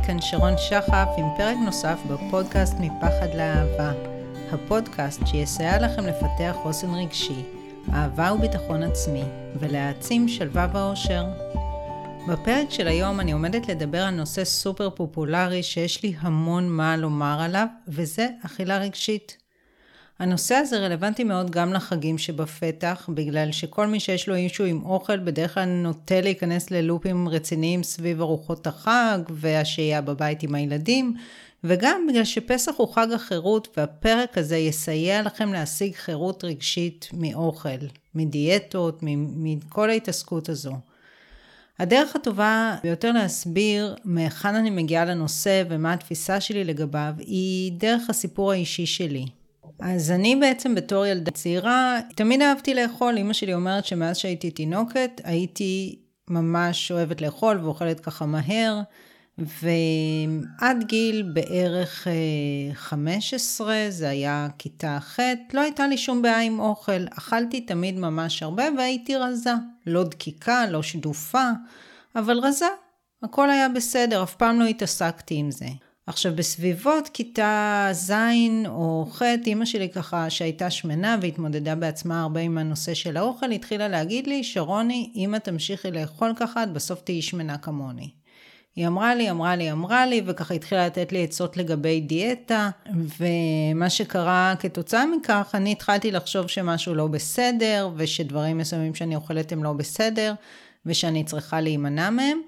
כאן שרון שחף עם פרק נוסף בפודקאסט מפחד לאהבה. הפודקאסט שיסייע לכם לפתח חוסן רגשי, אהבה וביטחון עצמי, ולהעצים שלווה ואושר. בפרק של היום אני עומדת לדבר על נושא סופר פופולרי שיש לי המון מה לומר עליו, וזה אכילה רגשית. הנושא הזה רלוונטי מאוד גם לחגים שבפתח, בגלל שכל מי שיש לו אישו עם אוכל בדרך כלל נוטה להיכנס ללופים רציניים סביב ארוחות החג והשהייה בבית עם הילדים, וגם בגלל שפסח הוא חג החירות, והפרק הזה יסייע לכם להשיג חירות רגשית מאוכל, מדיאטות, מכל ההתעסקות הזו. הדרך הטובה ביותר להסביר מהיכן אני מגיעה לנושא ומה התפיסה שלי לגביו, היא דרך הסיפור האישי שלי. אז אני בעצם בתור ילדה צעירה, תמיד אהבתי לאכול. אמא שלי אומרת שמאז שהייתי תינוקת, הייתי ממש אוהבת לאכול ואוכלת ככה מהר, ועד גיל בערך 15, זה היה כיתה ח', לא הייתה לי שום בעיה עם אוכל. אכלתי תמיד ממש הרבה והייתי רזה. לא דקיקה, לא שדופה, אבל רזה. הכל היה בסדר, אף פעם לא התעסקתי עם זה. עכשיו בסביבות כיתה זין או ח', אמא שלי ככה שהייתה שמנה והתמודדה בעצמה הרבה עם הנושא של האוכל, התחילה להגיד לי, שרוני, אם את תמשיכי לאכול ככה, את בסוף תהיי שמנה כמוני. היא אמרה לי, וככה התחילה לתת לי עצות לגבי דיאטה, ומה שקרה כתוצאה מכך, אני התחלתי לחשוב שמשהו לא בסדר, ושדברים מסוימים שאני אוכלת הם לא בסדר, ושאני צריכה להימנע מהם.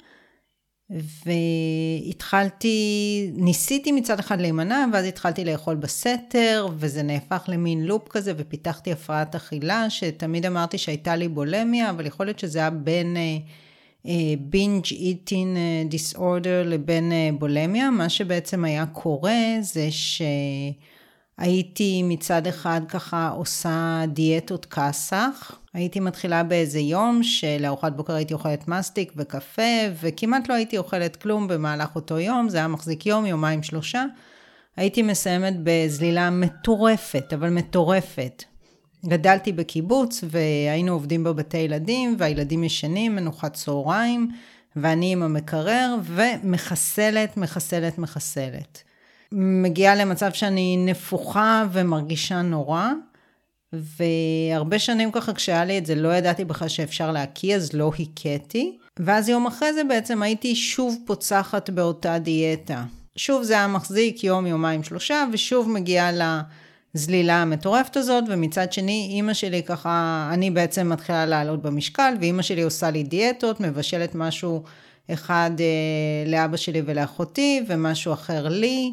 ניסיתי מצד אחד להימנע, ואז התחלתי לאכול בסתר, וזה נהפך למין לופ כזה, ופיתחתי הפרעת אכילה, שתמיד אמרתי שהייתה לי בולמיה, אבל יכול להיות שזה היה בין binge eating disorder לבין בולמיה. מה שבעצם היה קורה, זה שהייתי מצד אחד ככה עושה דיאטות כסח, הייתי מתחילה באיזה יום שלארוחת בוקר הייתי אוכלת מסטיק וקפה, וכמעט לא הייתי אוכלת כלום במהלך אותו יום, זה היה מחזיק יום, יומיים, 3. הייתי מסיימת בזלילה מטורפת, אבל מטורפת. גדלתי בקיבוץ והיינו עובדים בבתי ילדים, והילדים ישנים, מנוחת צהריים, ואני עם המקרר, ומחסלת. מגיעה למצב שאני נפוחה ומרגישה נורא, והרבה שנים ככה כשהיה לי את זה לא ידעתי בכלל שאפשר להקיא, אז לא הכיתי. ואז יום אחרי זה בעצם הייתי שוב פוצחת באותה דיאטה. שוב זה היה מחזיק יום, יומיים, 3, ושוב מגיעה לזלילה המטורפת הזאת, ומצד שני אמא שלי ככה, אני בעצם מתחילה לעלות במשקל, ואמא שלי עושה לי דיאטות, מבשלת משהו אחד לאבא שלי ולאחותי, ומשהו אחר לי,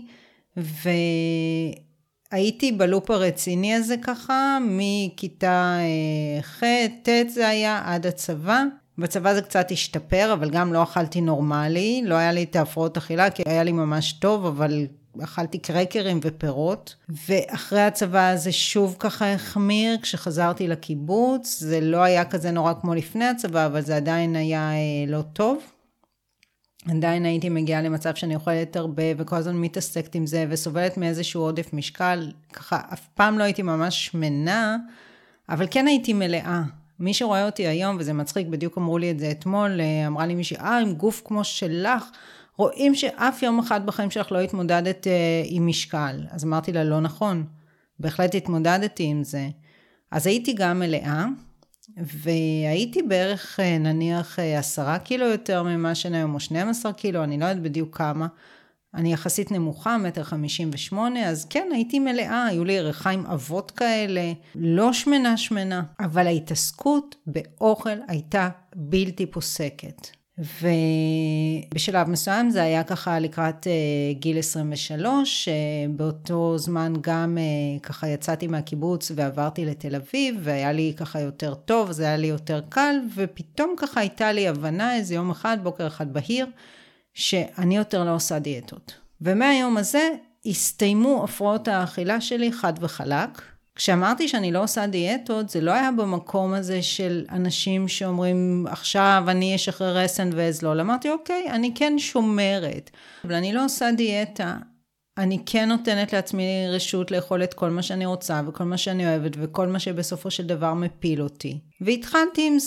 הייתי בלופ הרציני הזה ככה, מכיתה ח', ט' זה היה עד הצבא. בצבא זה קצת השתפר, אבל גם לא אכלתי נורמלי, לא היה לי את ההפרעות אכילה, כי היה לי ממש טוב, אבל אכלתי קרקרים ופירות. ואחרי הצבא זה שוב ככה החמיר, כשחזרתי לקיבוץ, זה לא היה כזה נורא כמו לפני הצבא, אבל זה עדיין היה לא טוב. עדיין הייתי מגיעה למצב שאני אוכלת הרבה, וכל הזמן מתעסקת עם זה, וסובלת מאיזשהו עודף משקל. ככה, אף פעם לא הייתי ממש שמנה, אבל כן הייתי מלאה. מי שרואה אותי היום, וזה מצחיק, בדיוק אמרו לי את זה אתמול, אמרה לי מישהי, עם גוף כמו שלך, רואים שאף יום אחד בחיים שלך לא התמודדת עם משקל. אז אמרתי לה, לא נכון, בהחלט התמודדתי עם זה. אז הייתי גם מלאה, והייתי בערך נניח 10 קילו יותר ממה שאני היום, או 12 קילו, אני לא יודעת בדיוק כמה. אני יחסית נמוכה, 1.58 מטר, אז כן, הייתי מלאה, היו לי ירחיים אבות כאלה, לא שמנה, אבל ההתעסקות באוכל הייתה בלתי פוסקת. ובשלב מסוים זה היה ככה לקראת גיל 23, באותו זמן גם ככה יצאתי מהקיבוץ ועברתי לתל אביב, והיה לי ככה יותר טוב, זה היה לי יותר קל, ופתאום ככה הייתה לי הבנה איזה יום אחד, בוקר אחד בהיר, שאני יותר לא עושה דיאטות. ומהיום הזה הסתיימו הפרעות האכילה שלי חד וחלק. כשאמרתי שאני לא עושה דיאטות, זה לא היה במקום הזה של אנשים שאומרים, עכשיו אני אשחרר רסן ואזלול. אמרתי, אוקיי, אני כן שומרת, אבל אני לא עושה דיאטה. אני כן נותנת לעצמי רשות לאכול את כל מה שאני רוצה, וכל מה שאני אוהבת, וכל מה שבסופו של דבר מפיל אותי. והתחלתי עם זה.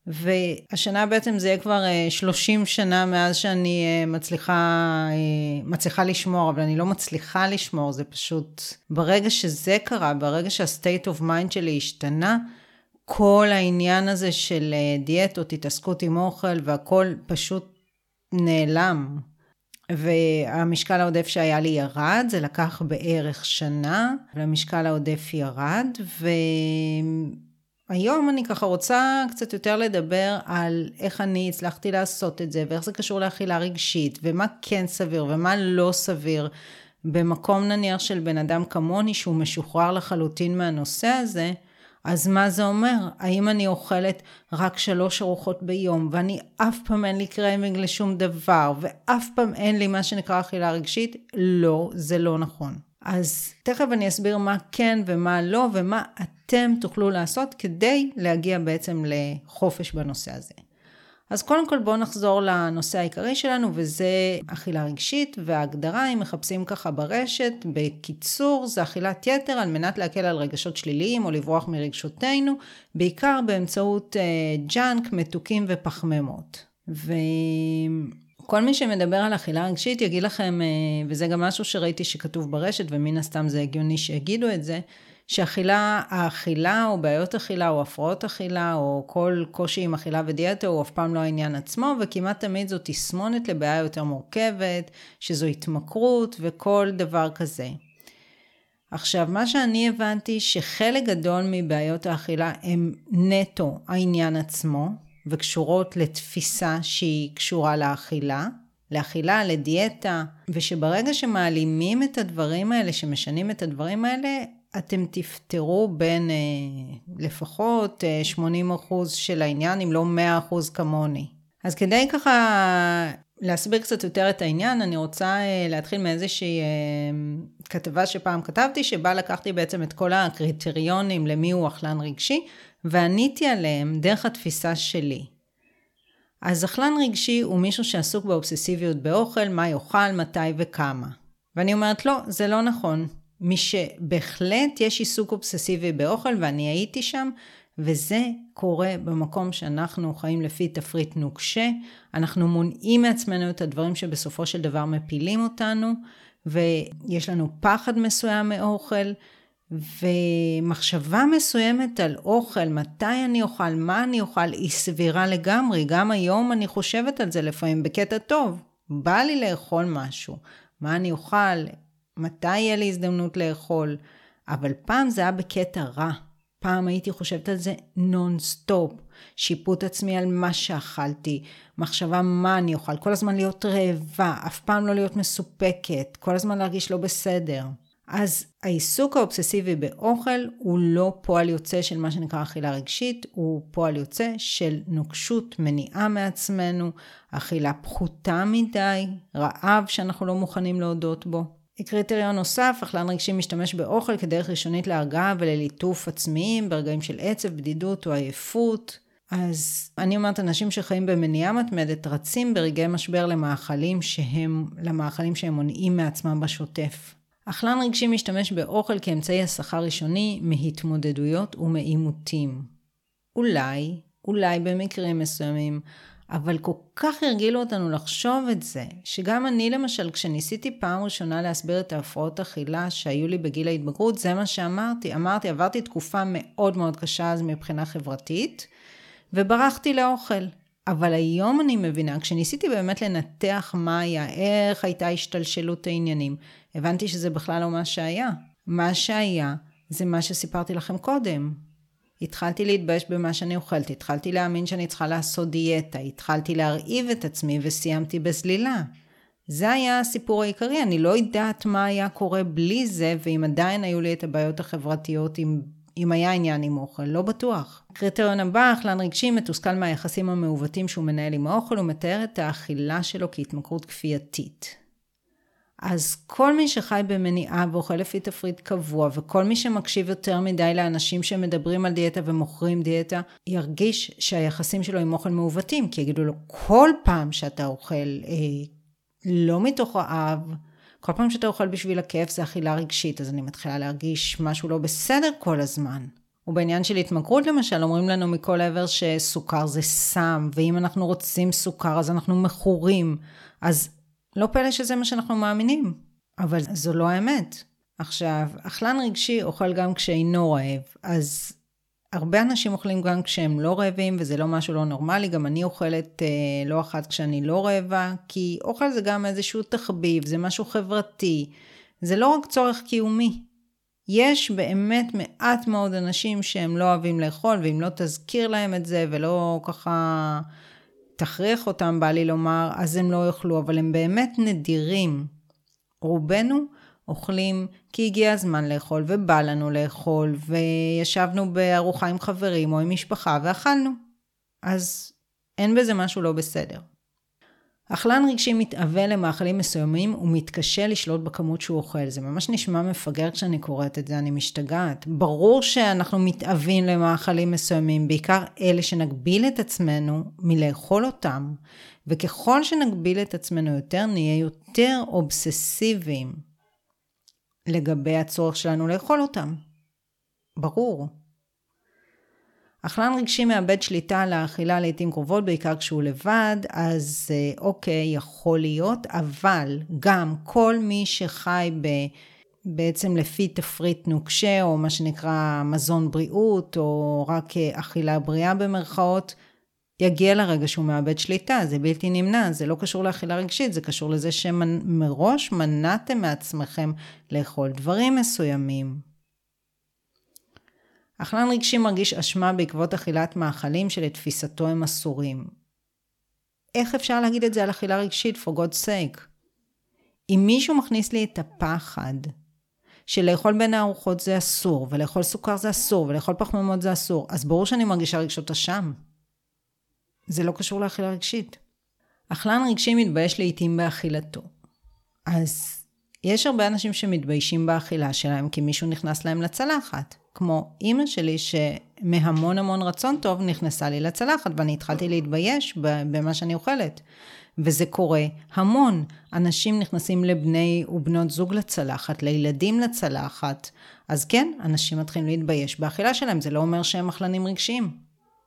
והשנה בעצם זה יהיה כבר 30 שנה מאז שאני מצליחה לשמור, אבל אני לא מצליחה לשמור, זה פשוט, ברגע שזה קרה, ברגע שה-state of mind שלי השתנה, כל העניין הזה של דיאטות, התעסקות עם אוכל, והכל פשוט נעלם. והמשקל העודף שהיה לי ירד, זה לקח בערך שנה, והמשקל העודף ירד, והיום אני ככה רוצה קצת יותר לדבר על איך אני הצלחתי לעשות את זה, ואיך זה קשור לאכילה רגשית, ומה כן סביר ומה לא סביר, במקום נניח של בן אדם כמוני, שהוא משוחרר לחלוטין מהנושא הזה, אז מה זה אומר? האם אני אוכלת רק 3 ארוחות ביום, ואני אף פעם אין לי קרייבינג לשום דבר, ואף פעם אין לי מה שנקרא אכילה רגשית? לא, זה לא נכון. אז תכף אני אסביר מה כן ומה לא, ומה אתם תוכלו לעשות כדי להגיע בעצם לחופש בנושא הזה. אז קודם כל בואו נחזור לנושא העיקרי שלנו, וזה אכילה רגשית, וההגדרה אם מחפשים ככה ברשת, בקיצור זה אכילת יתר על מנת להקל על רגשות שליליים או לברוח מרגשותינו, בעיקר באמצעות ג'אנק, מתוקים ופחמימות. וכל מי שמדבר על אכילה רגשית יגיד לכם, וזה גם משהו שראיתי שכתוב ברשת, ומן הסתם זה הגיוני שיגידו את זה, שהאכילה או בעיות אכילה או הפרעות אכילה או כל קושי עם אכילה ודיאטה הוא אף פעם לא העניין עצמו, וכמעט תמיד זו תסמונת לבעיה יותר מורכבת, שזו התמכרות וכל דבר כזה. עכשיו, מה שאני הבנתי שחלק גדול מבעיות האכילה הם נטו העניין עצמו, וקשורות לתפיסה שהיא קשורה לאכילה, לדיאטה, ושברגע שמעלימים את הדברים האלה, שמשנים את הדברים האלה, אתם תפתרו בין לפחות 80% של העניין, אם לא 100% כמוני. אז כדי ככה להסביר קצת יותר את העניין, אני רוצה להתחיל מאיזושהי כתבה שפעם כתבתי, שבה לקחתי בעצם את כל הקריטריונים למי הוא אכלן רגשי, ועניתי עליהם דרך התפיסה שלי. אז אכלן רגשי הוא מישהו שעסוק באובססיביות באוכל, מה יאכל, מתי וכמה. ואני אומרת, לא, זה לא נכון. מי שבהחלט יש עיסוק אובססיבי באוכל, ואני הייתי שם, וזה קורה במקום שאנחנו חיים לפי תפריט נוקשה, אנחנו מונעים מעצמנו את הדברים שבסופו של דבר מפילים אותנו, ויש לנו פחד מסוים מאוכל, ומחשבה מסוימת על אוכל, מתי אני אוכל, מה אני אוכל, היא סבירה לגמרי. גם היום אני חושבת על זה לפעמים בקטע טוב, בא לי לאכול משהו, מה אני אוכל, מתי יהיה לי הזדמנות לאכול, אבל פעם זה היה בקטע רע. פעם הייתי חושבת על זה נון-סטופ, שיפוט עצמי על מה שאכלתי, מחשבה מה אני אוכל, כל הזמן להיות רעבה, אף פעם לא להיות מסופקת, כל הזמן להרגיש לא בסדר. אז העיסוק האובססיבי באוכל הוא לא פועל יוצא של מה שנקרא אכילה רגשית, הוא פועל יוצא של נוקשות, מניעה מעצמנו, אכילה פחותה מדי, רעב שאנחנו לא מוכנים להודות בו. קריטריון נוסף, אכלן רגשי משתמש באוכל כדרך ראשונית להרגעה ולליטוף עצמיים ברגעים של עצב, בדידות או עייפות. אז אני אומרת, אנשים שחיים במניעה מתמדת רצים ברגעי משבר למאכלים שהם מונעים מעצמם בשוטף. אכלן רגשי משתמש באוכל כאמצעי הסחה ראשוני מהתמודדויות ומעימותים. אולי במקרים מסוימים, אבל כל כך הרגילו אותנו לחשוב את זה, שגם אני למשל, כשניסיתי פעם ראשונה להסביר את ההפרעות אכילה שהיו לי בגיל ההתבגרות, זה מה שאמרתי. עברתי תקופה מאוד מאוד קשה אז מבחינה חברתית, וברחתי לאוכל. אבל היום אני מבינה, כשניסיתי באמת לנתח מה היה, איך הייתה השתלשלות העניינים, הבנתי שזה בכלל לא מה שהיה. מה שהיה זה מה שסיפרתי לכם קודם. התחלתי להתבייש במה שאני אוכלת, התחלתי להאמין שאני צריכה לעשות דיאטה, התחלתי להרעיב את עצמי וסיימתי בסלילה. זה היה הסיפור העיקרי, אני לא יודעת מה היה קורה בלי זה, ואם עדיין היו לי את הבעיות החברתיות, אם היה עניין עם אוכל, לא בטוח. קריטריון הבא, אכלן רגשי מתוסכל מהיחסים המעוותים שהוא מנהל עם האוכל, הוא מתאר את האכילה שלו כהתמכרות כפייתית. אז כל מי שחי במניעה ואוכל לפי תפריט קבוע, וכל מי שמקשיב יותר מדי לאנשים שמדברים על דיאטה ומוכרים דיאטה, ירגיש שהיחסים שלו עם אוכל מעוותים, כי יגידו לו, כל פעם שאתה אוכל לא מתוך רעב, כל פעם שאתה אוכל בשביל הכיף זה אכילה רגשית, אז אני מתחילה להרגיש משהו לא בסדר כל הזמן. ובעניין של התמכרות למשל, אומרים לנו מכל עבר שסוכר זה סם, ואם אנחנו רוצים סוכר אז אנחנו מכורים, אז לא פלא שזה מה שאנחנו מאמינים, אבל זו לא האמת. עכשיו, אכלן רגשי אוכל גם כשאינו רעב, אז הרבה אנשים אוכלים גם כשהם לא רעבים, וזה לא משהו לא נורמלי, גם אני אוכלת לא אחת כשאני לא רעבה, כי אוכל זה גם איזשהו תחביב, זה משהו חברתי, זה לא רק צורך קיומי. יש באמת מעט מאוד אנשים שהם לא אוהבים לאכול, ואם לא תזכיר להם את זה, ולא ככה תכריח אותם, בא לי לומר, אז הם לא יאכלו, אבל הם באמת נדירים. רובנו אוכלים כי הגיע הזמן לאכול, ובא לנו לאכול, וישבנו בארוחה עם חברים או עם משפחה, ואכלנו. אז אין בזה משהו לא בסדר. אכלן רגשי מתאווה למאכלים מסוימים, ומתקשה לשלוט בכמות שהוא אוכל. זה ממש נשמע מפגר כשאני קוראת את זה, אני משתגעת. ברור שאנחנו מתאווים למאכלים מסוימים, בעיקר אלה שנגביל את עצמנו מלאכול אותם. וככל שנגביל את עצמנו יותר, נהיה יותר אובססיביים לגבי הצורך שלנו לאכול אותם. ברור. אכלן רגשי מאבד שליטה על האכילה לעתים קרובות, בעיקר כשהוא לבד, אז אוקיי, יכול להיות, אבל גם כל מי שחי בעצם לפי תפריט נוקשה, או מה שנקרא מזון בריאות, או רק אכילה בריאה במרכאות, יגיע לרגע שהוא מאבד שליטה, זה בלתי נמנע, זה לא קשור לאכילה רגשית, זה קשור לזה שמראש מנעתם מעצמכם לאכול דברים מסוימים. אכלן רגשי מרגיש אשמה בעקבות אכילת מאכלים שלתפיסתו הם אסורים. איך אפשר להגיד את זה על אכילה רגשית, for God's sake? אם מישהו מכניס לי את הפחד שלאכול בין הארוחות זה אסור, ולאכול סוכר זה אסור, ולאכול פחמימות זה אסור, אז ברור שאני מרגישה רגשות אשם. זה לא קשור לאכילה רגשית. אכלן רגשי מתבייש לעתים באכילתו. אז יש הרבה אנשים שמתביישים באכילה שלהם, כי מישהו נכנס להם לצלחת. כמו אמא שלי שמהמון המון רצון טוב נכנסה לי לצלחת, ואני התחלתי להתבייש במה שאני אוכלת. וזה קורה המון. אנשים נכנסים לבני ובנות זוג לצלחת, לילדים לצלחת. אז כן, אנשים מתחילים להתבייש באכילה שלהם, זה לא אומר שהם אכלנים רגשיים.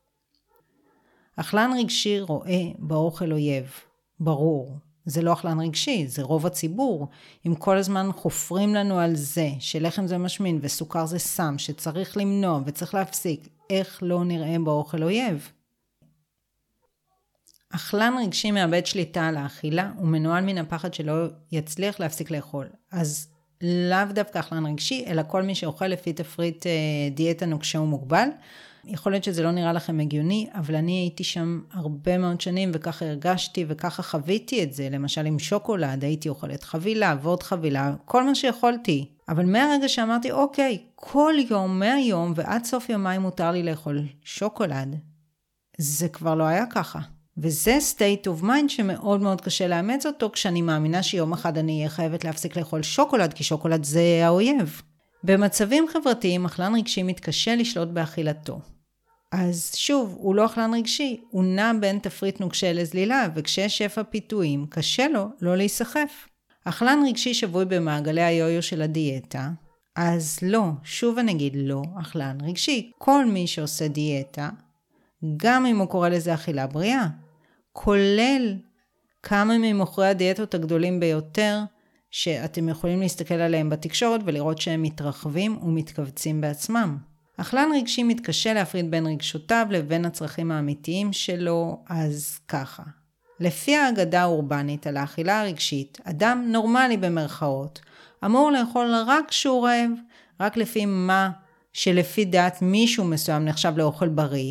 אכלן רגשי רואה באוכל אויב. ברור. זה לא אכלן רגשי, זה רוב הציבור. אם כל הזמן חופרים לנו על זה, שלחם זה משמין וסוכר זה סם, שצריך למנוע וצריך להפסיק, איך לא נראה באוכל אויב? אכלן רגשי מאבד שליטה על האכילה, ומנוהל מן הפחד שלא יצליח להפסיק לאכול. אז לאו דווקא אכלן רגשי, אלא כל מי שאוכל לפי תפריט דיאטה נוקשה ומוגבל. יכול להיות שזה לא נראה לכם הגיוני, אבל אני הייתי שם הרבה מאוד שנים, וככה הרגשתי וככה חוויתי את זה. למשל עם שוקולד, הייתי אוכלת חבילה ועוד חבילה, כל מה שיכולתי. אבל מהרגע שאמרתי, אוקיי, כל יום, מהיום ועד סוף יומיים מותר לי לאכול שוקולד, זה כבר לא היה ככה. וזה state of mind שמאוד מאוד קשה לאמץ אותו, כשאני מאמינה שיום אחד אני אהיה חייבת להפסיק לאכול שוקולד, כי שוקולד זה האויב. במצבים חברתיים, אכלן רגשי מתקשה לשלוט באכילתו. אז שוב, הוא לא אכלן רגשי, הוא נע בין תפריט נוקשה לזלילה, וכשיש שפע פיתויים, קשה לו לא להיסחף. אכלן רגשי שבוי במעגלי היו-יו של הדיאטה, אז לא, שוב אני אגיד לא, אכלן רגשי. כל מי שעושה דיאטה, גם אם הוא קורא לזה אכילה בריאה, כולל כמה ממוכרי הדיאטות הגדולים ביותר, שאתם יכולים להסתכל עליהם בתקשורת ולראות שהם מתרחבים ומתכווצים בעצמם. אכלן רגשי מתקשה להפריד בין רגשותיו לבין הצרכים האמיתיים שלו, אז ככה. לפי האגדה האורבנית על האכילה הרגשית, אדם נורמלי במרכאות, אמור לאכול רק כשהוא רעב, רק לפי מה שלפי דעת מישהו מסוים נחשב לאוכל בריא,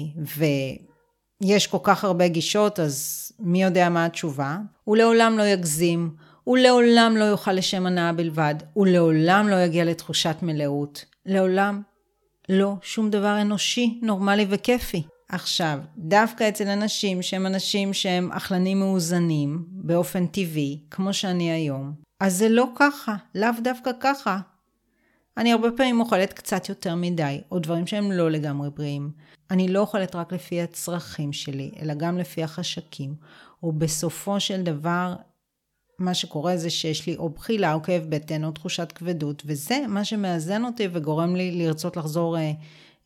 ויש כל כך הרבה גישות, אז מי יודע מה התשובה? הוא לעולם לא יגזים, הוא לעולם לא יאכל לשם הנאה בלבד, הוא לעולם לא יגיע לתחושת מלאות, לעולם לא שום דבר אנושי, נורמלי וכיפי. עכשיו, דווקא אצל אנשים שהם אכלנים מאוזנים, באופן טבעי, כמו שאני היום, אז זה לא ככה, לאו דווקא ככה. אני הרבה פעמים אוכלת קצת יותר מדי, או דברים שהם לא לגמרי בריאים. אני לא אוכלת רק לפי הצרכים שלי, אלא גם לפי החשקים. ובסופו של דבר, מה שקורה זה שיש לי או בחילה או כאב בטן או תחושת כבדות, וזה מה שמאזן אותי וגורם לי לרצות לחזור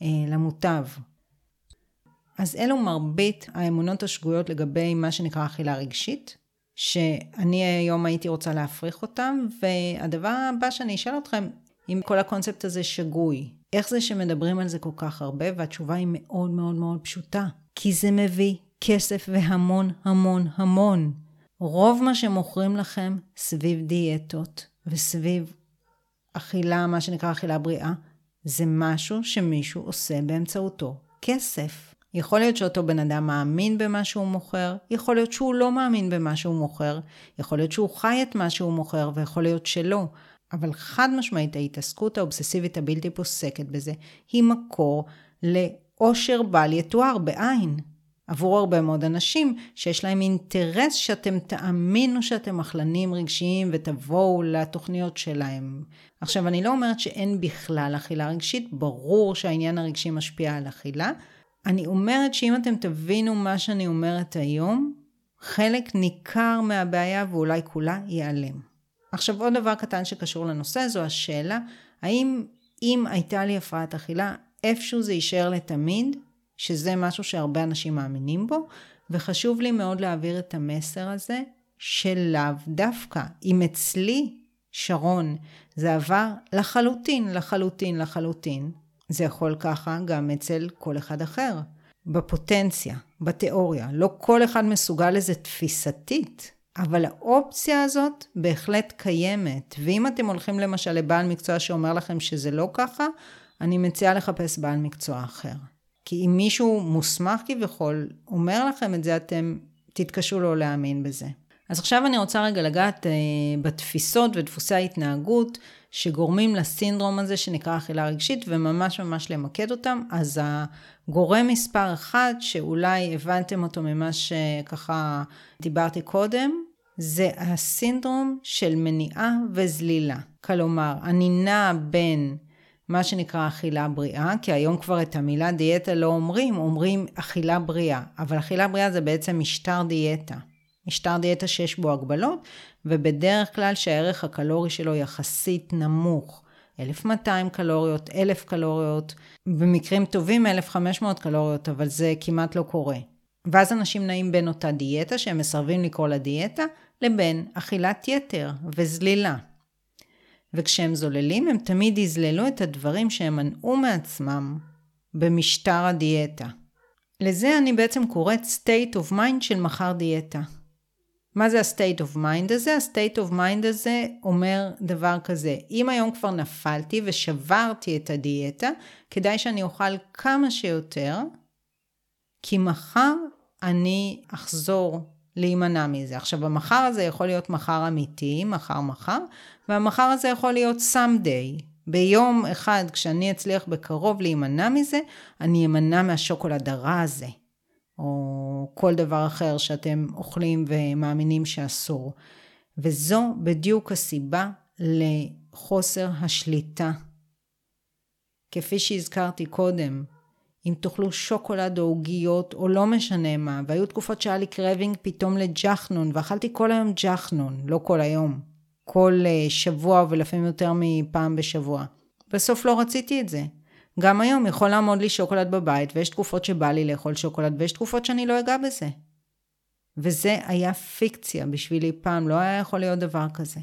למוטב. אז אלו מרבית האמונות השגויות לגבי מה שנקרא אכילה רגשית, שאני היום הייתי רוצה להפריך אותם, והדבר הבא שאני אשאל אתכם, אם כל הקונספט הזה שגוי, איך זה שמדברים על זה כל כך הרבה, והתשובה היא מאוד מאוד מאוד פשוטה, כי זה מביא כסף והמון המון המון. רוב מה שמוכרים לכם סביב דיאטות וסביב אכילה, מה שנקרא אכילה בריאה, זה משהו שמישהו עושה באמצעותו כסף. יכול להיות שאותו בן אדם מאמין במה שהוא מוכר, יכול להיות שהוא לא מאמין במה שהוא מוכר, יכול להיות שהוא חי את מה שהוא מוכר ויכול להיות שלא. אבל חד משמעית ההתעסקות האובססיבית הבלתי פוסקת בזה, היא מקור לאושר בל יתואר בעין. עבור הרבה מאוד אנשים שיש להם אינטרס שאתם תאמינו שאתם אכלנים רגשיים ותבואו לתוכניות שלהם. עכשיו אני לא אומרת שאין בכלל אכילה רגשית, ברור שהעניין הרגשי משפיע על אכילה. אני אומרת שאם אתם תבינו מה שאני אומרת היום, חלק ניכר מהבעיה ואולי כולה ייעלם. עכשיו עוד דבר קטן שקשור לנושא זו השאלה, האם אם הייתה לי הפרעת אכילה, איפשהו זה יישאר לתמיד, שזה משהו שהרבה אנשים מאמינים בו, וחשוב לי מאוד להעביר את המסר הזה, שלאו דווקא, אם אצלי, שרון, זה עבר לחלוטין, זה יכול ככה גם אצל כל אחד אחר, בפוטנציה, בתיאוריה, לא כל אחד מסוגל לזה תפיסתית, אבל האופציה הזאת בהחלט קיימת, ואם אתם הולכים למשל לבעל מקצוע שאומר לכם שזה לא ככה, אני מציעה לחפש בעל מקצוע אחר. כי אם מישהו מוסמך כביכול אומר לכם את זה, אתם תתקשו לו להאמין בזה. אז עכשיו אני רוצה רגע לגעת בתפיסות ודפוסי ההתנהגות שגורמים לסינדרום הזה שנקרא אכילה רגשית, וממש ממש למקד אותם. אז הגורם מספר אחד שאולי הבנתם אותו ממה שככה דיברתי קודם, זה הסינדרום של מניעה וזלילה. כלומר, אני נע בין מה שנקרא אכילה בריאה, כי היום כבר את המילה דיאטה לא אומרים אכילה בריאה, אבל אכילה בריאה זה בעצם משטר דיאטה. משטר דיאטה שיש בו הגבלות, ובדרך כלל שהערך הקלורי שלו יחסית נמוך. 1200 קלוריות, 1000 קלוריות, במקרים טובים 1500 קלוריות, אבל זה כמעט לא קורה. ואז אנשים נעים בין אותה דיאטה, שהם מסרבים לקרוא לה דיאטה, לבין אכילת יתר וזלילה. וכשהם זוללים, הם תמיד יזללו את הדברים שהם מנעו מעצמם במשטר הדיאטה. לזה אני בעצם קוראת state of mind של מחר דיאטה. מה זה ה-state of mind הזה? ה-state of mind הזה אומר דבר כזה, אם היום כבר נפלתי ושברתי את הדיאטה, כדאי שאני אוכל כמה שיותר, כי מחר אני אחזור להימנע מזה. עכשיו, המחר הזה יכול להיות מחר אמיתי, מחר, והמחר הזה יכול להיות someday. ביום אחד, כשאני אצליח בקרוב להימנע מזה, אני אמנע מהשוקולד הרע הזה. או כל דבר אחר שאתם אוכלים ומאמינים שאסור. וזו בדיוק הסיבה לחוסר השליטה. כפי שהזכרתי קודם, אם תאכלו שוקולד או עוגיות או לא משנה מה, והיו תקופות שהיה לי קרבינג פתאום לג'חנון, ואכלתי כל היום ג'חנון, לא כל היום, כל שבוע ולפעמים יותר מפעם בשבוע. בסוף לא רציתי את זה. גם היום יכול לעמוד לי שוקולד בבית, ויש תקופות שבא לי לאכול שוקולד, ויש תקופות שאני לא אגע בזה. וזה היה פיקציה בשבילי פעם, לא היה יכול להיות דבר כזה.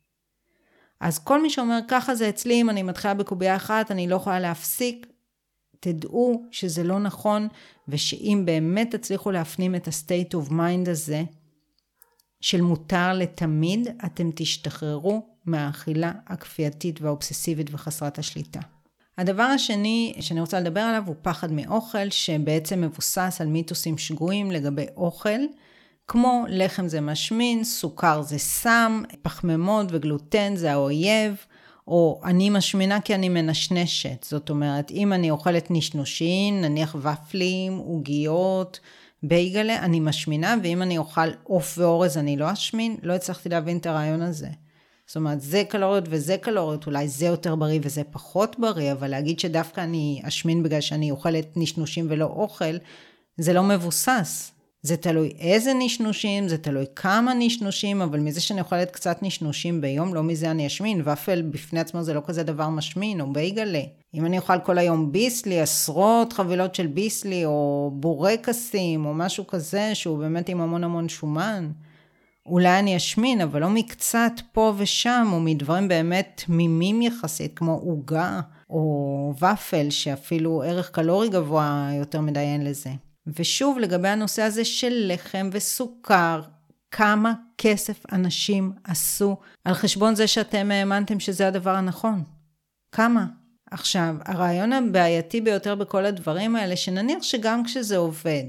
אז כל מי שאומר, ככה זה אצלי, אם אני מתחילה בקובייה אחת, אני לא יכולה להפסיק, תדעו שזה לא נכון, ושאם באמת תצליחו להפנים את ה-state of mind הזה, של מותר לתמיד, אתם תשתחררו מהאכילה הכפייתית והאובססיבית וחסרת השליטה. הדבר השני שאני רוצה לדבר עליו הוא פחד מאוכל, שבעצם מבוסס על מיתוסים שגויים לגבי אוכל, כמו לחם זה משמין, סוכר זה סם, פחמימות וגלוטן זה האויב, או אני משמינה כי אני מנשנשת. זאת אומרת, אם אני אוכלת נשנושין, נניח ופלים, עוגיות, בייגלה, אני משמינה, ואם אני אוכל עוף ואורז אני לא אשמין, לא הצלחתי להבין את הרעיון הזה. זאת אומרת, זה קלוריות וזה קלוריות, אולי זה יותר בריא וזה פחות בריא, אבל להגיד שדווקא אני אשמין בגלל שאני אוכלת נשנושים ולא אוכל, זה לא מבוסס. זה תלוי איזה נשנושים, זה תלוי כמה נשנושים, אבל מזה שאני אוכלת קצת נשנושים ביום, לא מזה אני אשמין, ואפל בפני עצמו זה לא כזה דבר משמין, או בייגלה. אם אני אוכל כל היום ביסלי, עשרות חבילות של ביסלי, או בורקסים, או משהו כזה, שהוא באמת עם המון המון שומן, אולי אני אשמין, אבל לא מקצת פה ושם, או מדברים באמת תמימים יחסית, כמו עוגה, או ופל, שאפילו ערך קלורי גבוה יותר מדי אין לזה. ושוב, לגבי הנושא הזה של לחם וסוכר, כמה כסף אנשים עשו על חשבון זה שאתם האמנתם שזה הדבר הנכון? כמה? עכשיו, הרעיון הבעייתי ביותר בכל הדברים האלה, שנניח שגם כשזה עובד,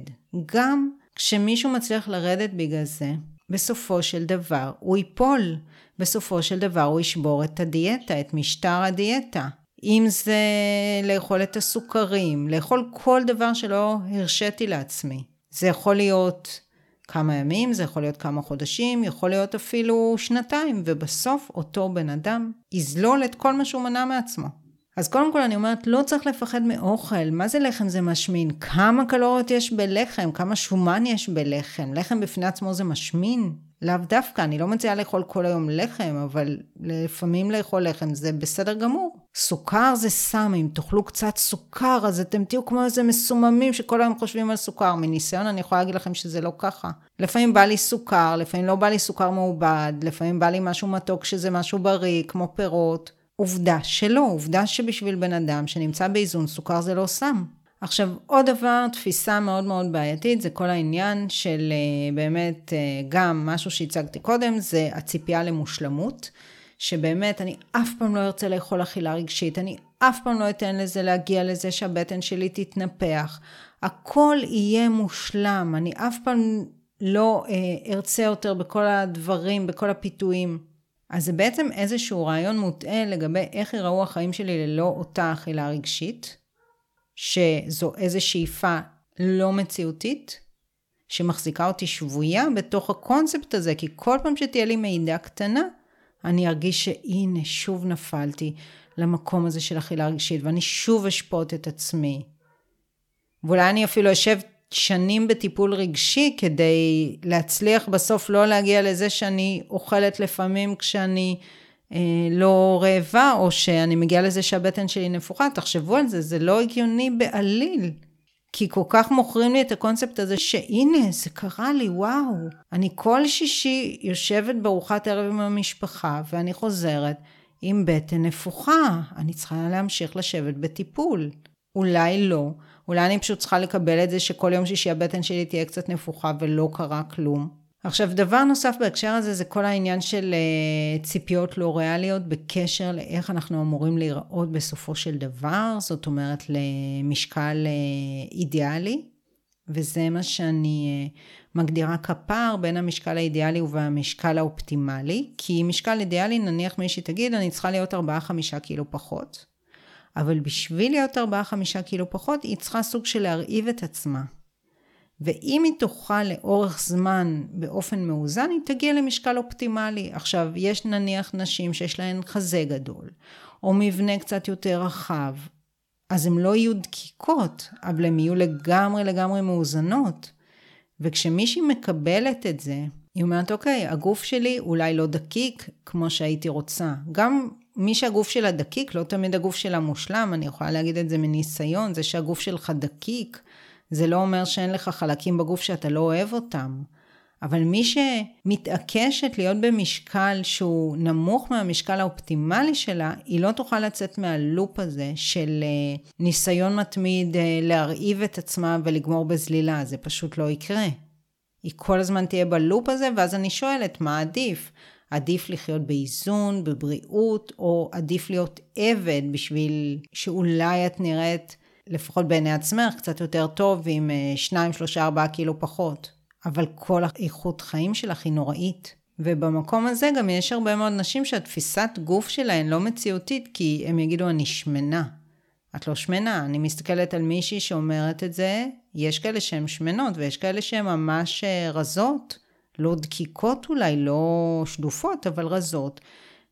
גם כשמישהו מצליח לרדת בגלל זה, בסופו של דבר הוא ייפול. בסופו של דבר הוא ישבור את הדיאטה, את משטר הדיאטה. אם זה לאכול את הסוכרים, לאכול כל דבר שלא הרשיתי לעצמי. זה יכול להיות כמה ימים, זה יכול להיות כמה חודשים, יכול להיות אפילו שנתיים, ובסוף אותו בן אדם יזלול את כל מה שהוא מנע מעצמו. אז קודם כל אני אומרת, לא צריך לפחד מאוכל. מה זה לחם? זה משמין. כמה קלוריות יש בלחם? כמה שומן יש בלחם? לחם בפני עצמו זה משמין? לאו דווקא, אני לא מציעה לאכול כל היום לחם, אבל לפעמים לאכול לחם זה בסדר גמור. סוכר זה סם, אם תאכלו קצת סוכר, אז אתם תהיו כמו איזה מסוממים שכל היום חושבים על סוכר. מניסיון אני יכולה להגיד לכם שזה לא ככה. לפעמים בא לי סוכר, לפעמים לא בא לי סוכר מעובד, לפעמים בא לי משהו מתוק שזה משהו בריא, כמו פירות. עובדה שלא, עובדה שבשביל בן אדם שנמצא באיזון סוכר זה לא סם. עכשיו עוד דבר, תפיסה מאוד מאוד בעייתית, זה כל העניין של באמת גם משהו שהצגתי קודם, זה הציפייה למושלמות, שבאמת אני אף פעם לא ארצה לאכול אכילה רגשית, אני אף פעם לא אתן לזה להגיע לזה שהבטן שלי תתנפח, הכל יהיה מושלם, אני אף פעם לא ארצה יותר בכל הדברים, בכל הפיתויים. אז זה בעצם איזשהו רעיון מוטעה לגבי איך יראו החיים שלי ללא אותה אכילה רגשית, שזו איזו שאיפה לא מציאותית, שמחזיקה אותי שבויה בתוך הקונספט הזה, כי כל פעם שתהיה לי מידע קטנה, אני ארגיש שהנה שוב נפלתי למקום הזה של אכילה רגשית, ואני שוב אשפוט את עצמי. ואולי אני אפילו אשב שנים בטיפול רגשי, כדי להצליח בסוף לא להגיע לזה שאני אוכלת לפעמים כשאני לא רעבה, או שאני מגיעה לזה שהבטן שלי נפוחה. תחשבו על זה, זה לא הגיוני בעליל. כי כל כך מוכרים לי את הקונספט הזה, שהנה, זה קרה לי, וואו. אני כל שישי יושבת בארוחת ערב עם המשפחה, ואני חוזרת עם בטן נפוחה. אני צריכה להמשיך לשבת בטיפול. אולי לא. אולי אני פשוט צריכה לקבל את זה שכל יום שישי הבטן שלי תהיה קצת נפוחה ולא קרה כלום. עכשיו, דבר נוסף בהקשר הזה זה כל העניין של ציפיות לא ריאליות בקשר לאיך אנחנו אמורים להיראות בסופו של דבר, זאת אומרת למשקל אידיאלי, וזה מה שאני מגדירה כפער בין המשקל האידיאלי והמשקל האופטימלי, כי משקל אידיאלי נניח מישהי תגיד אני צריכה להיות 4-5 קילו פחות, אבל בשביל להיות 4-5 קילו פחות היא צריכה סוג של להרעיב את עצמה. ואם היא תוכל לאורך זמן באופן מאוזן, היא תגיע למשקל אופטימלי. עכשיו, יש נניח נשים שיש להן חזה גדול, או מבנה קצת יותר רחב, אז הן לא יהיו דקיקות, אבל הן יהיו לגמרי מאוזנות. וכשמישהי מקבלת את זה, היא אומרת, אוקיי, הגוף שלי אולי לא דקיק כמו שהייתי רוצה. גם מי שהגוף שלה דקיק, לא תמיד הגוף שלה מושלם, אני יכולה להגיד את זה מניסיון, זה שהגוף שלך דקיק, זה לא אומר שאין לך חלקים בגוף שאתה לא אוהב אותם. אבל מי שמתעקשת להיות במשקל שהוא נמוך מהמשקל האופטימלי שלה, היא לא תוכל לצאת מהלופ הזה של ניסיון מתמיד להרעיב את עצמה ולגמור בזלילה. זה פשוט לא יקרה. היא כל הזמן תהיה בלופ הזה, ואז אני שואלת, מה עדיף? עדיף לחיות באיזון, בבריאות, או עדיף להיות עבד בשביל שאולי את נראית לפחות בעיני עצמך, קצת יותר טוב עם 2, 3, 4 קילו פחות. אבל כל האיכות חיים שלך היא נוראית. ובמקום הזה גם יש הרבה מאוד נשים שהתפיסת גוף שלהן לא מציאותית, כי הם יגידו, אני שמנה. את לא שמנה. אני מסתכלת על מישהי שאומרת את זה, יש כאלה שהן שמנות, ויש כאלה שהן ממש רזות, לא דקיקות אולי, לא שדופות, אבל רזות.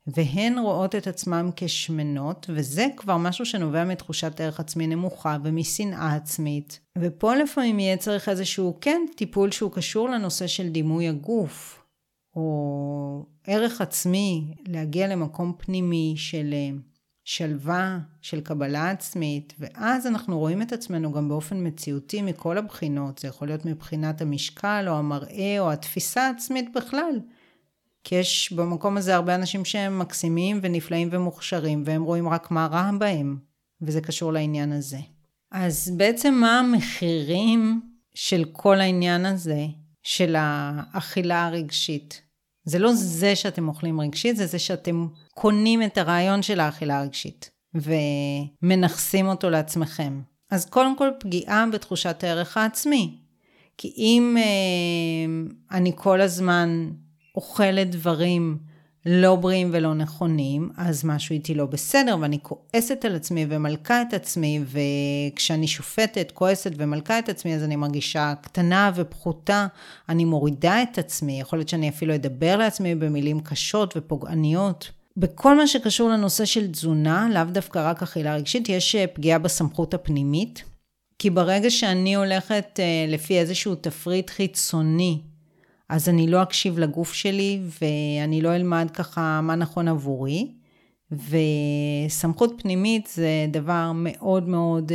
והן רואות את עצמם כשמנות, וזה כבר משהו שנובע מתחושת ערך עצמי נמוכה ומשנאה עצמית. ופה לפעמים יהיה צריך איזשהו טיפול שהוא קשור לנושא של דימוי הגוף, או ערך עצמי, להגיע למקום פנימי של שלווה, של קבלה עצמית, ואז אנחנו רואים את עצמנו גם באופן מציאותי מכל הבחינות. זה יכול להיות מבחינת המשקל או המראה או התפיסה העצמית בכלל. כי יש במקום הזה הרבה אנשים שהם מקסימים ונפלאים ומוכשרים, והם רואים רק מה רע בהם, וזה קשור לעניין הזה. אז בעצם מה המחירים של כל העניין הזה, של האכילה הרגשית? זה לא זה שאתם אוכלים רגשית, זה זה שאתם קונים את הרעיון של האכילה הרגשית, ומנחסים אותו לעצמכם. אז קודם כל פגיעה בתחושת הערך העצמי. כי אם אני כל הזמן אוכלת דברים לא בריאים ולא נכונים, אז משהו איתי לא בסדר, ואני כועסת על עצמי ומלכה את עצמי, וכשאני שופטת, כועסת ומלכה את עצמי, אז אני מרגישה קטנה ופחותה, אני מורידה את עצמי, יכול להיות שאני אפילו אדבר לעצמי במילים קשות ופוגעניות. בכל מה שקשור לנושא של תזונה, לאו דווקא רק אכילה רגשית, יש פגיעה בסמכות הפנימית, כי ברגע שאני הולכת לפי איזשהו תפריט חיצוני, אז אני לא אקשיב לגוף שלי, ואני לא אלמד ככה מה נכון עבורי, וסמכות פנימית זה דבר מאוד מאוד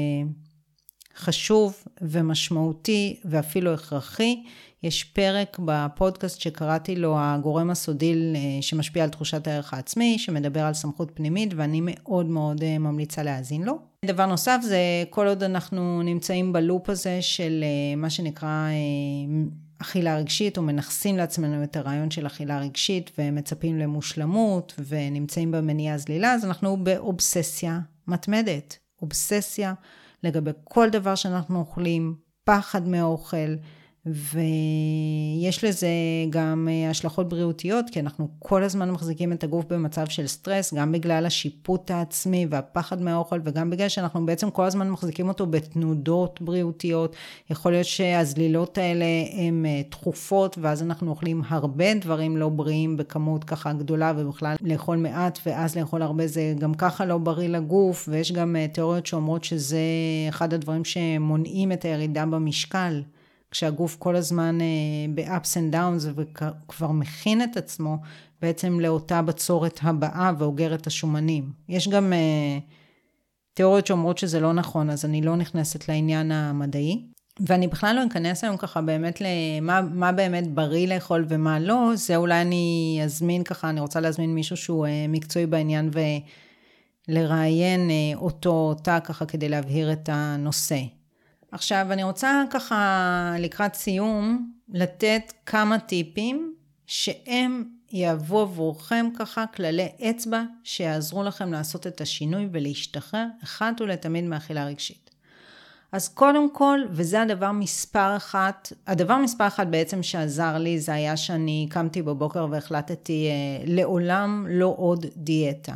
חשוב ומשמעותי, ואפילו הכרחי. יש פרק בפודקאסט שקראתי לו, הגורם הסודי שמשפיע על תחושת הערך העצמי, שמדבר על סמכות פנימית, ואני מאוד מאוד ממליצה להאזין לו. דבר נוסף זה, כל עוד אנחנו נמצאים בלופ הזה של מה שנקרא אכילה רגשית, או מנחסים לעצמנו את הרעיון של אכילה רגשית, ומצפים למושלמות, ונמצאים במניעה זלילה, אז אנחנו באובססיה מתמדת. אובססיה לגבי כל דבר שאנחנו אוכלים, פחד מהאוכל, ויש לזה גם השלכות בריאותיות, כי אנחנו כל הזמן מחזיקים את הגוף במצב של סטרס, גם בגלל השיפוט העצמי והפחד מהאוכל, וגם בגלל שאנחנו בעצם כל הזמן מחזיקים אותו בתנודות בריאותיות. יכול להיות שהזלילות האלה הן תכופות, ואז אנחנו אוכלים הרבה דברים לא בריאים בכמות ככה גדולה, ובכלל לאכול מעט ואז לאכול הרבה זה גם ככה לא בריא לגוף, ויש גם תיאוריות שאומרות שזה אחד הדברים שמונעים את הירידה במשקל. כשהגוף כל הזמן ב-ups and downs וכבר מכין את עצמו בעצם לאותה בצורת הבאה ואוגר את השומנים. יש גם תיאוריות שאומרות שזה לא נכון, אז אני לא נכנסת לעניין המדעי. ואני בכלל לא אכנס היום ככה באמת למה באמת בריא לאכול ומה לא. זה אולי אני אזמין ככה, אני רוצה להזמין מישהו שהוא מקצועי בעניין ולראיין אותה ככה כדי להבהיר את הנושא. עכשיו, אני רוצה ככה לקראת סיום, לתת כמה טיפים שהם יעבו עבורכם ככה כללי אצבע שיעזרו לכם לעשות את השינוי ולהשתחרר אחת ולתמיד מאכילה רגשית. אז קודם כל, וזה הדבר מספר אחת, הדבר מספר אחת בעצם שעזר לי, זה היה שאני קמתי בבוקר והחלטתי לעולם לא עוד דיאטה.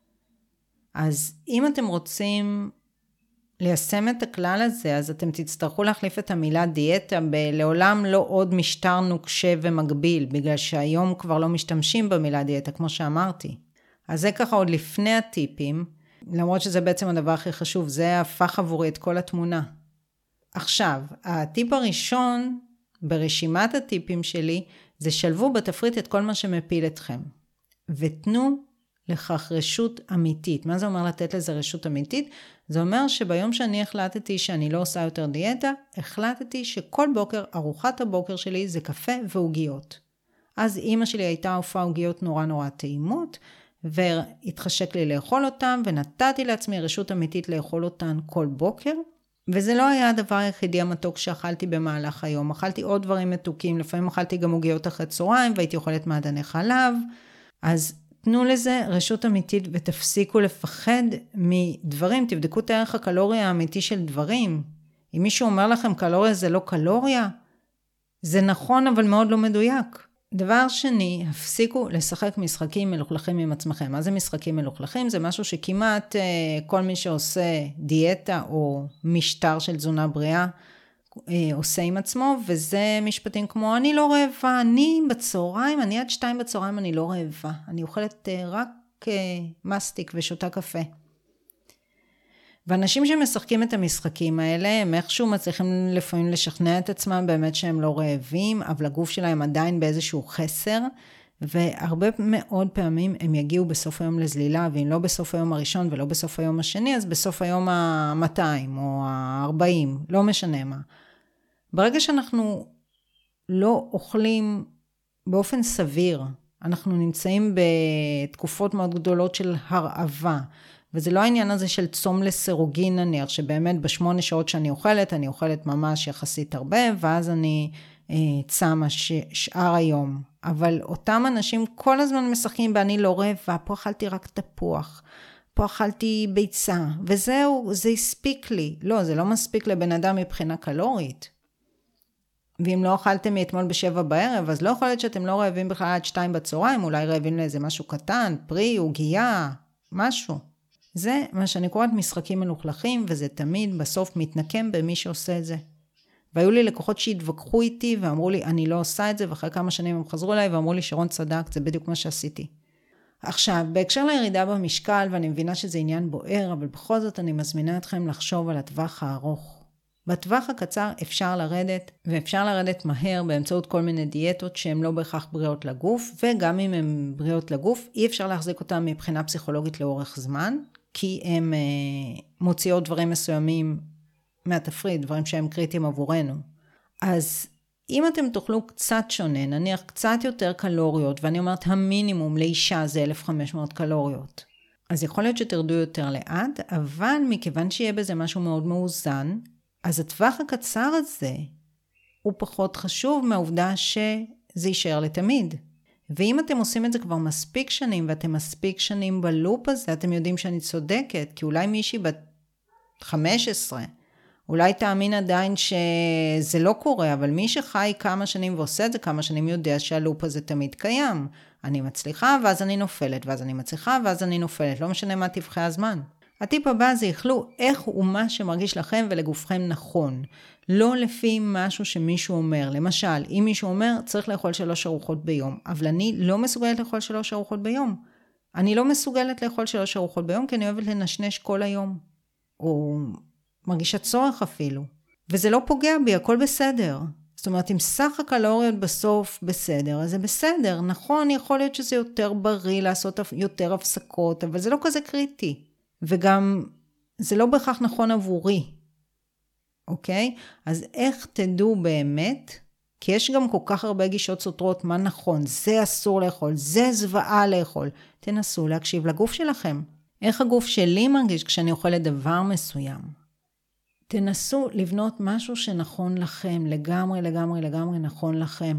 אז אם אתם רוצים ליישם את הכלל הזה, אז אתם תצטרכו להחליף את המילה דיאטה לעולם לא עוד משטר נוקשה ומגביל, בגלל שהיום כבר לא משתמשים במילה דיאטה, כמו שאמרתי. אז זה ככה עוד לפני הטיפים, למרות שזה בעצם הדבר הכי חשוב, זה הפך עבורי את כל התמונה. עכשיו, הטיפ הראשון ברשימת הטיפים שלי, זה שלבו בתפריט את כל מה שמפיל אתכם, ותנו לכך רשות אמיתית. מה זה אומר לתת לזה רשות אמיתית? זה אומר שביום שאני החלטתי שאני לא עושה יותר דיאטה, החלטתי שכל בוקר ארוחת הבוקר שלי זה קפה ועוגיות. אז אמא שלי הייתה אופה עוגיות נורא טעימות, והתחשק לי לאכול אותן, ונתתי לעצמי רשות אמיתית לאכול אותן כל בוקר, וזה לא היה הדבר היחידי המתוק שאכלתי במהלך היום. אכלתי עוד דברים מתוקים, לפעמים אכלתי גם עוגיות אחרי צהריים, והייתי אוכלת מעדני חלב, אז תנו לזה רשות אמיתית ותפסיקו לפחד מדברים, תבדקו את הערך הקלורי האמיתי של דברים. אם מישהו אומר לכם קלוריה זה לא קלוריה, זה נכון אבל מאוד לא מדויק. דבר שני, הפסיקו לשחק משחקים מלוכלכים עם עצמכם. מה זה משחקים מלוכלכים? זה משהו שכמעט כל מי שעושה דיאטה או משטר של תזונה בריאה, עושה עם עצמו, וזה משפטים כמו, אני לא רעבה, אני בצהריים, אני עד 2 בצהריים, אני לא רעבה. אני אוכלת רק מסטיק ושותה קפה. ואנשים שמשחקים את המשחקים האלה, הם איכשהו מצליחים לפעמים לשכנע את עצמם באמת שהם לא רעבים, אבל הגוף שלהם עדיין באיזשהו חסר, והרבה מאוד פעמים הם יגיעו בסוף היום לזלילה, ואם לא בסוף היום הראשון ולא בסוף היום השני, אז בסוף היום ה-200 או ה-40, לא משנה מה. ברגע שאנחנו לא אוכלים באופן סביר, אנחנו נמצאים בתקופות מאוד גדולות של הרעבה, וזה לא העניין הזה של צום לסירוגין נניח, שבאמת ב8 שעות שאני אוכלת ממש יחסית הרבה, ואז אני צמה שאר היום. אבל אותם אנשים כל הזמן משחקים ואני לא רעבה, פה אכלתי רק תפוח, פה אכלתי ביצה, וזהו, זה הספיק לי. לא, זה לא מספיק לבן אדם מבחינה קלורית. ואם לא אכלתם מאתמול ב7 בערב, אז לא יכול להיות שאתם לא רעבים בכלל עד 2 בצהריים, אולי רעבים לאיזה משהו קטן, פרי, עוגיה, משהו. זה מה שאני קוראת משחקים מלוכלכים, וזה תמיד בסוף מתנקם במי שעושה את זה. והיו לי לקוחות שהתווכחו איתי ואמרו לי, אני לא עושה את זה, ואחרי כמה שנים הם חזרו אליי ואמרו לי, שרון צדק, זה בדיוק מה שעשיתי. עכשיו, בהקשר לירידה במשקל, ואני מבינה שזה עניין בוער, אבל בכל זאת אני מזמינה אתכם לחשוב על הטווח הארוך. בטווח הקצר אפשר לרדת, ואפשר לרדת מהר באמצעות כל מיני דיאטות שהן לא בהכרח בריאות לגוף, וגם אם הן בריאות לגוף, אי אפשר להחזיק אותן מבחינה פסיכולוגית לאורך זמן, כי הן מוציאות דברים מסוימים מהתפריט, דברים שהם קריטיים עבורנו. אז אם אתם תאכלו קצת שונה, נניח קצת יותר קלוריות, ואני אומרת המינימום לאישה זה 1500 קלוריות, אז יכול להיות שתרדו יותר לאט, אבל מכיוון שיהיה בזה משהו מאוד מאוזן, אז הטווח הקצר הזה הוא פחות חשוב מהעובדה שזה יישאר לתמיד. ואם אתם עושים את זה כבר מספיק שנים, ואתם מספיק שנים בלופ הזה, אתם יודעים שאני צודקת, כי אולי מישהי בת 15, אולי תאמין עדיין שזה לא קורה, אבל מי שחי כמה שנים ועושה את זה כמה שנים יודע שהלופ הזה תמיד קיים. אני מצליחה ואז אני נופלת, ואז אני מצליחה ואז אני נופלת, לא משנה מה תבחי הזמן. הטיפ הבא זה יאכלו איך ומה שמרגיש לכם ולגופכם נכון. לא לפי משהו שמישהו אומר. למשל, אם מישהו אומר צריך לאכול 3 ארוחות ביום, אבל אני לא מסוגלת לאכול 3 ארוחות ביום. אני לא מסוגלת לאכול 3 ארוחות ביום כי אני אוהבת לנשנש כל היום. או מרגישה צורך אפילו. וזה לא פוגע בי, הכל בסדר. זאת אומרת, אם סך הקלוריות בסוף בסדר, אז זה בסדר. נכון, יכול להיות שזה יותר בריא לעשות יותר הפסקות, אבל זה לא כזה קריטי. וגם זה לא בהכרח נכון עבורי. אוקיי? אז איך תדעו באמת? כי יש גם כל כך הרבה גישות סותרות מה נכון. זה אסור לאכול, זה זוועה לאכול. תנסו להקשיב לגוף שלכם. איך הגוף שלי מרגיש כשאני אוכלת דבר מסוים? תנסו לבנות משהו שנכון לכם, לגמרי, לגמרי, לגמרי נכון לכם.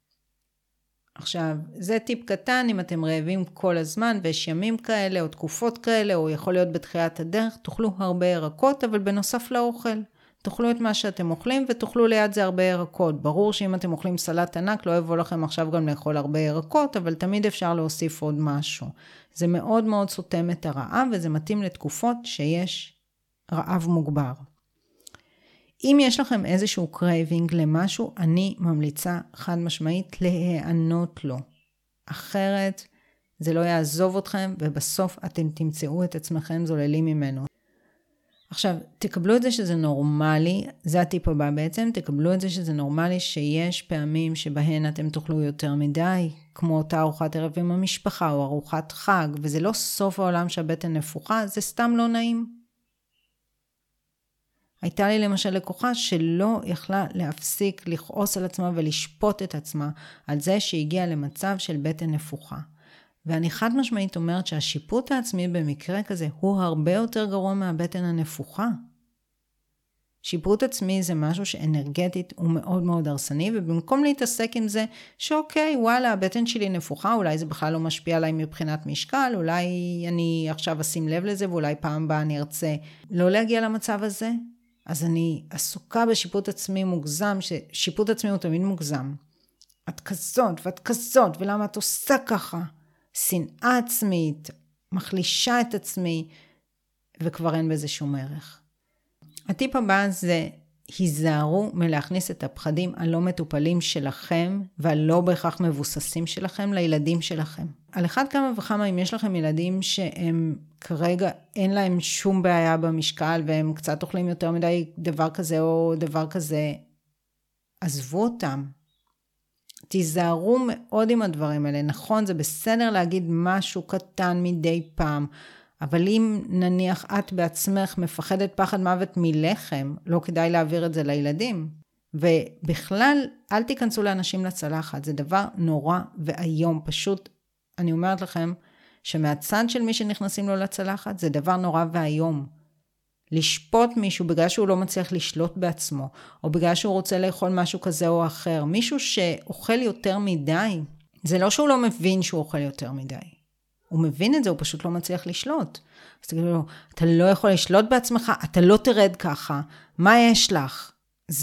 עכשיו, זה טיפ קטן, אם אתם רעבים כל הזמן, ויש ימים כאלה, או תקופות כאלה, או יכול להיות בתחילת הדרך, תאכלו הרבה ירקות, אבל בנוסף לאוכל. תאכלו את מה שאתם אוכלים, ותאכלו ליד זה הרבה ירקות. ברור שאם אתם אוכלים סלט ענק, לא יבוא לכם עכשיו גם לאכול הרבה ירקות, אבל תמיד אפשר להוסיף עוד משהו. זה מאוד מאוד סותם את הרעב, וזה מתאים לתקופות שיש רעב מוגבר. אם יש לכם איזשהו קרייבינג למשהו, אני ממליצה חד משמעית להיענות לו. אחרת זה לא יעזוב אתכם, ובסוף אתם תמצאו את עצמכם זוללים ממנו. עכשיו, תקבלו את זה שזה נורמלי, זה הטיפ הבא בעצם, תקבלו את זה שזה נורמלי שיש פעמים שבהן אתם תאכלו יותר מדי, כמו אותה ארוחת ערב עם המשפחה או ארוחת חג, וזה לא סוף העולם שהבטן נפוחה, זה סתם לא נעים. הייתה לי למשל לקוחה שלא יכלה להפסיק לכעוס על עצמה ולשפוט את עצמה על זה שהגיעה למצב של בטן נפוחה. ואני חד משמעית אומרת שהשיפוט העצמי במקרה כזה הוא הרבה יותר גרוע מהבטן הנפוחה. שיפוט עצמי זה משהו שאנרגטית הוא מאוד מאוד הרסני, ובמקום להתעסק עם זה שאוקיי, וואלה, הבטן שלי נפוחה, אולי זה בכלל לא משפיע עליי מבחינת משקל, אולי אני עכשיו אשים לב לזה, ואולי פעם הבאה אני ארצה לא להגיע למצב הזה, אז אני עסוקה בשיפוט עצמי מוגזם, ששיפוט עצמי הוא תמיד מוגזם. את כזאת ואת כזאת, ולמה את עושה ככה? שנאה עצמית, מחלישה את עצמי, וכבר אין בזה שום ערך. הטיפ הבא זה היזהרו מלהכניס את הפחדים הלא מטופלים שלכם, והלא בהכרח מבוססים שלכם, לילדים שלכם. על אחד כמה וכמה, אם יש לכם ילדים שהם כרגע אין להם שום בעיה במשקל, והם קצת אוכלים יותר מדי דבר כזה או דבר כזה, עזבו אותם. תיזהרו מאוד עם הדברים האלה. נכון, זה בסדר להגיד משהו קטן מדי פעם, אבל אם נניח את בעצמך מפחדת פחד מוות מלחם, לא כדאי להעביר את זה לילדים. ובכלל, אל תיכנסו לאנשים לצלחת. זה דבר נורא והיום. פשוט, אני אומרת לכם, שמהצד של מי שנכנסים לו לצלחת, זה דבר נורא והיום. לשפוט מישהו בגלל שהוא לא מצליח לשלוט בעצמו, או בגלל שהוא רוצה לאכול משהו כזה או אחר. מישהו שאוכל יותר מדי, זה לא שהוא לא מבין שהוא אוכל יותר מדי. הוא מבין את זה, הוא פשוט לא מצליח לשלוט. אז תגידו לו, אתה לא יכול לשלוט בעצמך, אתה לא תרד ככה, מה יש לך?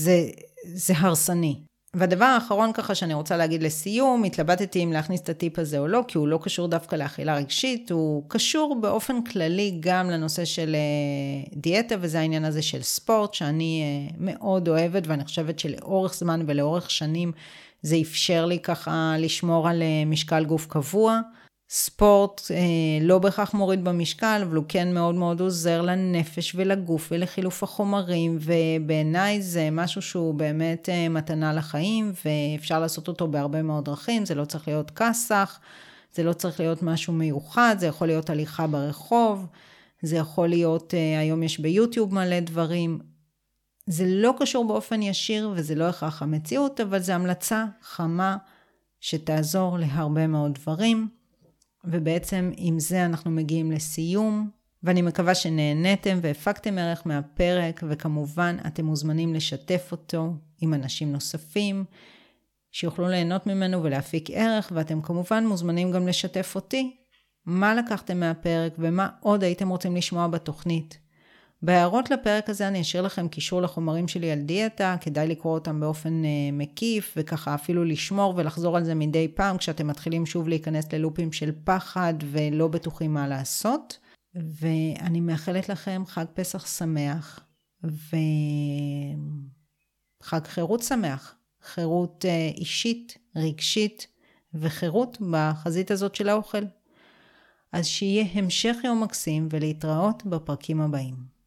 זה הרסני. והדבר האחרון ככה שאני רוצה להגיד לסיום, התלבטתי אם להכניס את הטיפ הזה או לא, כי הוא לא קשור דווקא לאכילה רגשית, הוא קשור באופן כללי גם לנושא של דיאטה, וזה העניין הזה של ספורט, שאני מאוד אוהבת, ואני חושבת שלאורך זמן ולאורך שנים, זה אפשר לי ככה לשמור על משקל גוף קבוע. ספורט לא בהכרח מוריד במשקל, אבל הוא כן מאוד מאוד עוזר לנפש ולגוף ולחילוף החומרים, ובעיניי זה משהו שהוא באמת מתנה לחיים, ואפשר לעשות אותו בהרבה מאוד דרכים. זה לא צריך להיות כסח, זה לא צריך להיות משהו מיוחד, זה יכול להיות הליכה ברחוב, זה יכול להיות, היום יש ביוטיוב מלא דברים. זה לא קשור באופן ישיר וזה לא הכרח המציאות, אבל זה המלצה חמה שתעזור להרבה מאוד דברים. ובעצם עם זה אנחנו מגיעים לסיום, ואני מקווה שנהניתם והפקתם ערך מהפרק, וכמובן אתם מוזמנים לשתף אותו עם אנשים נוספים, שיוכלו ליהנות ממנו ולהפיק ערך, ואתם כמובן מוזמנים גם לשתף אותי, מה לקחתם מהפרק ומה עוד הייתם רוצים לשמוע בתוכנית. בהערות לפרק הזה אני אשאיר לכם קישור לחומרים שלי על דיאטה, כדאי לקרוא אותם באופן מקיף, וככה אפילו לשמור ולחזור על זה מדי פעם, כשאתם מתחילים שוב להיכנס ללופים של פחד ולא בטוחים מה לעשות. ואני מאחלת לכם חג פסח שמח, וחג חירות שמח, חירות אישית, רגשית, וחירות בחזית הזאת של האוכל. אז שיהיה המשך יום מקסים ולהתראות בפרקים הבאים.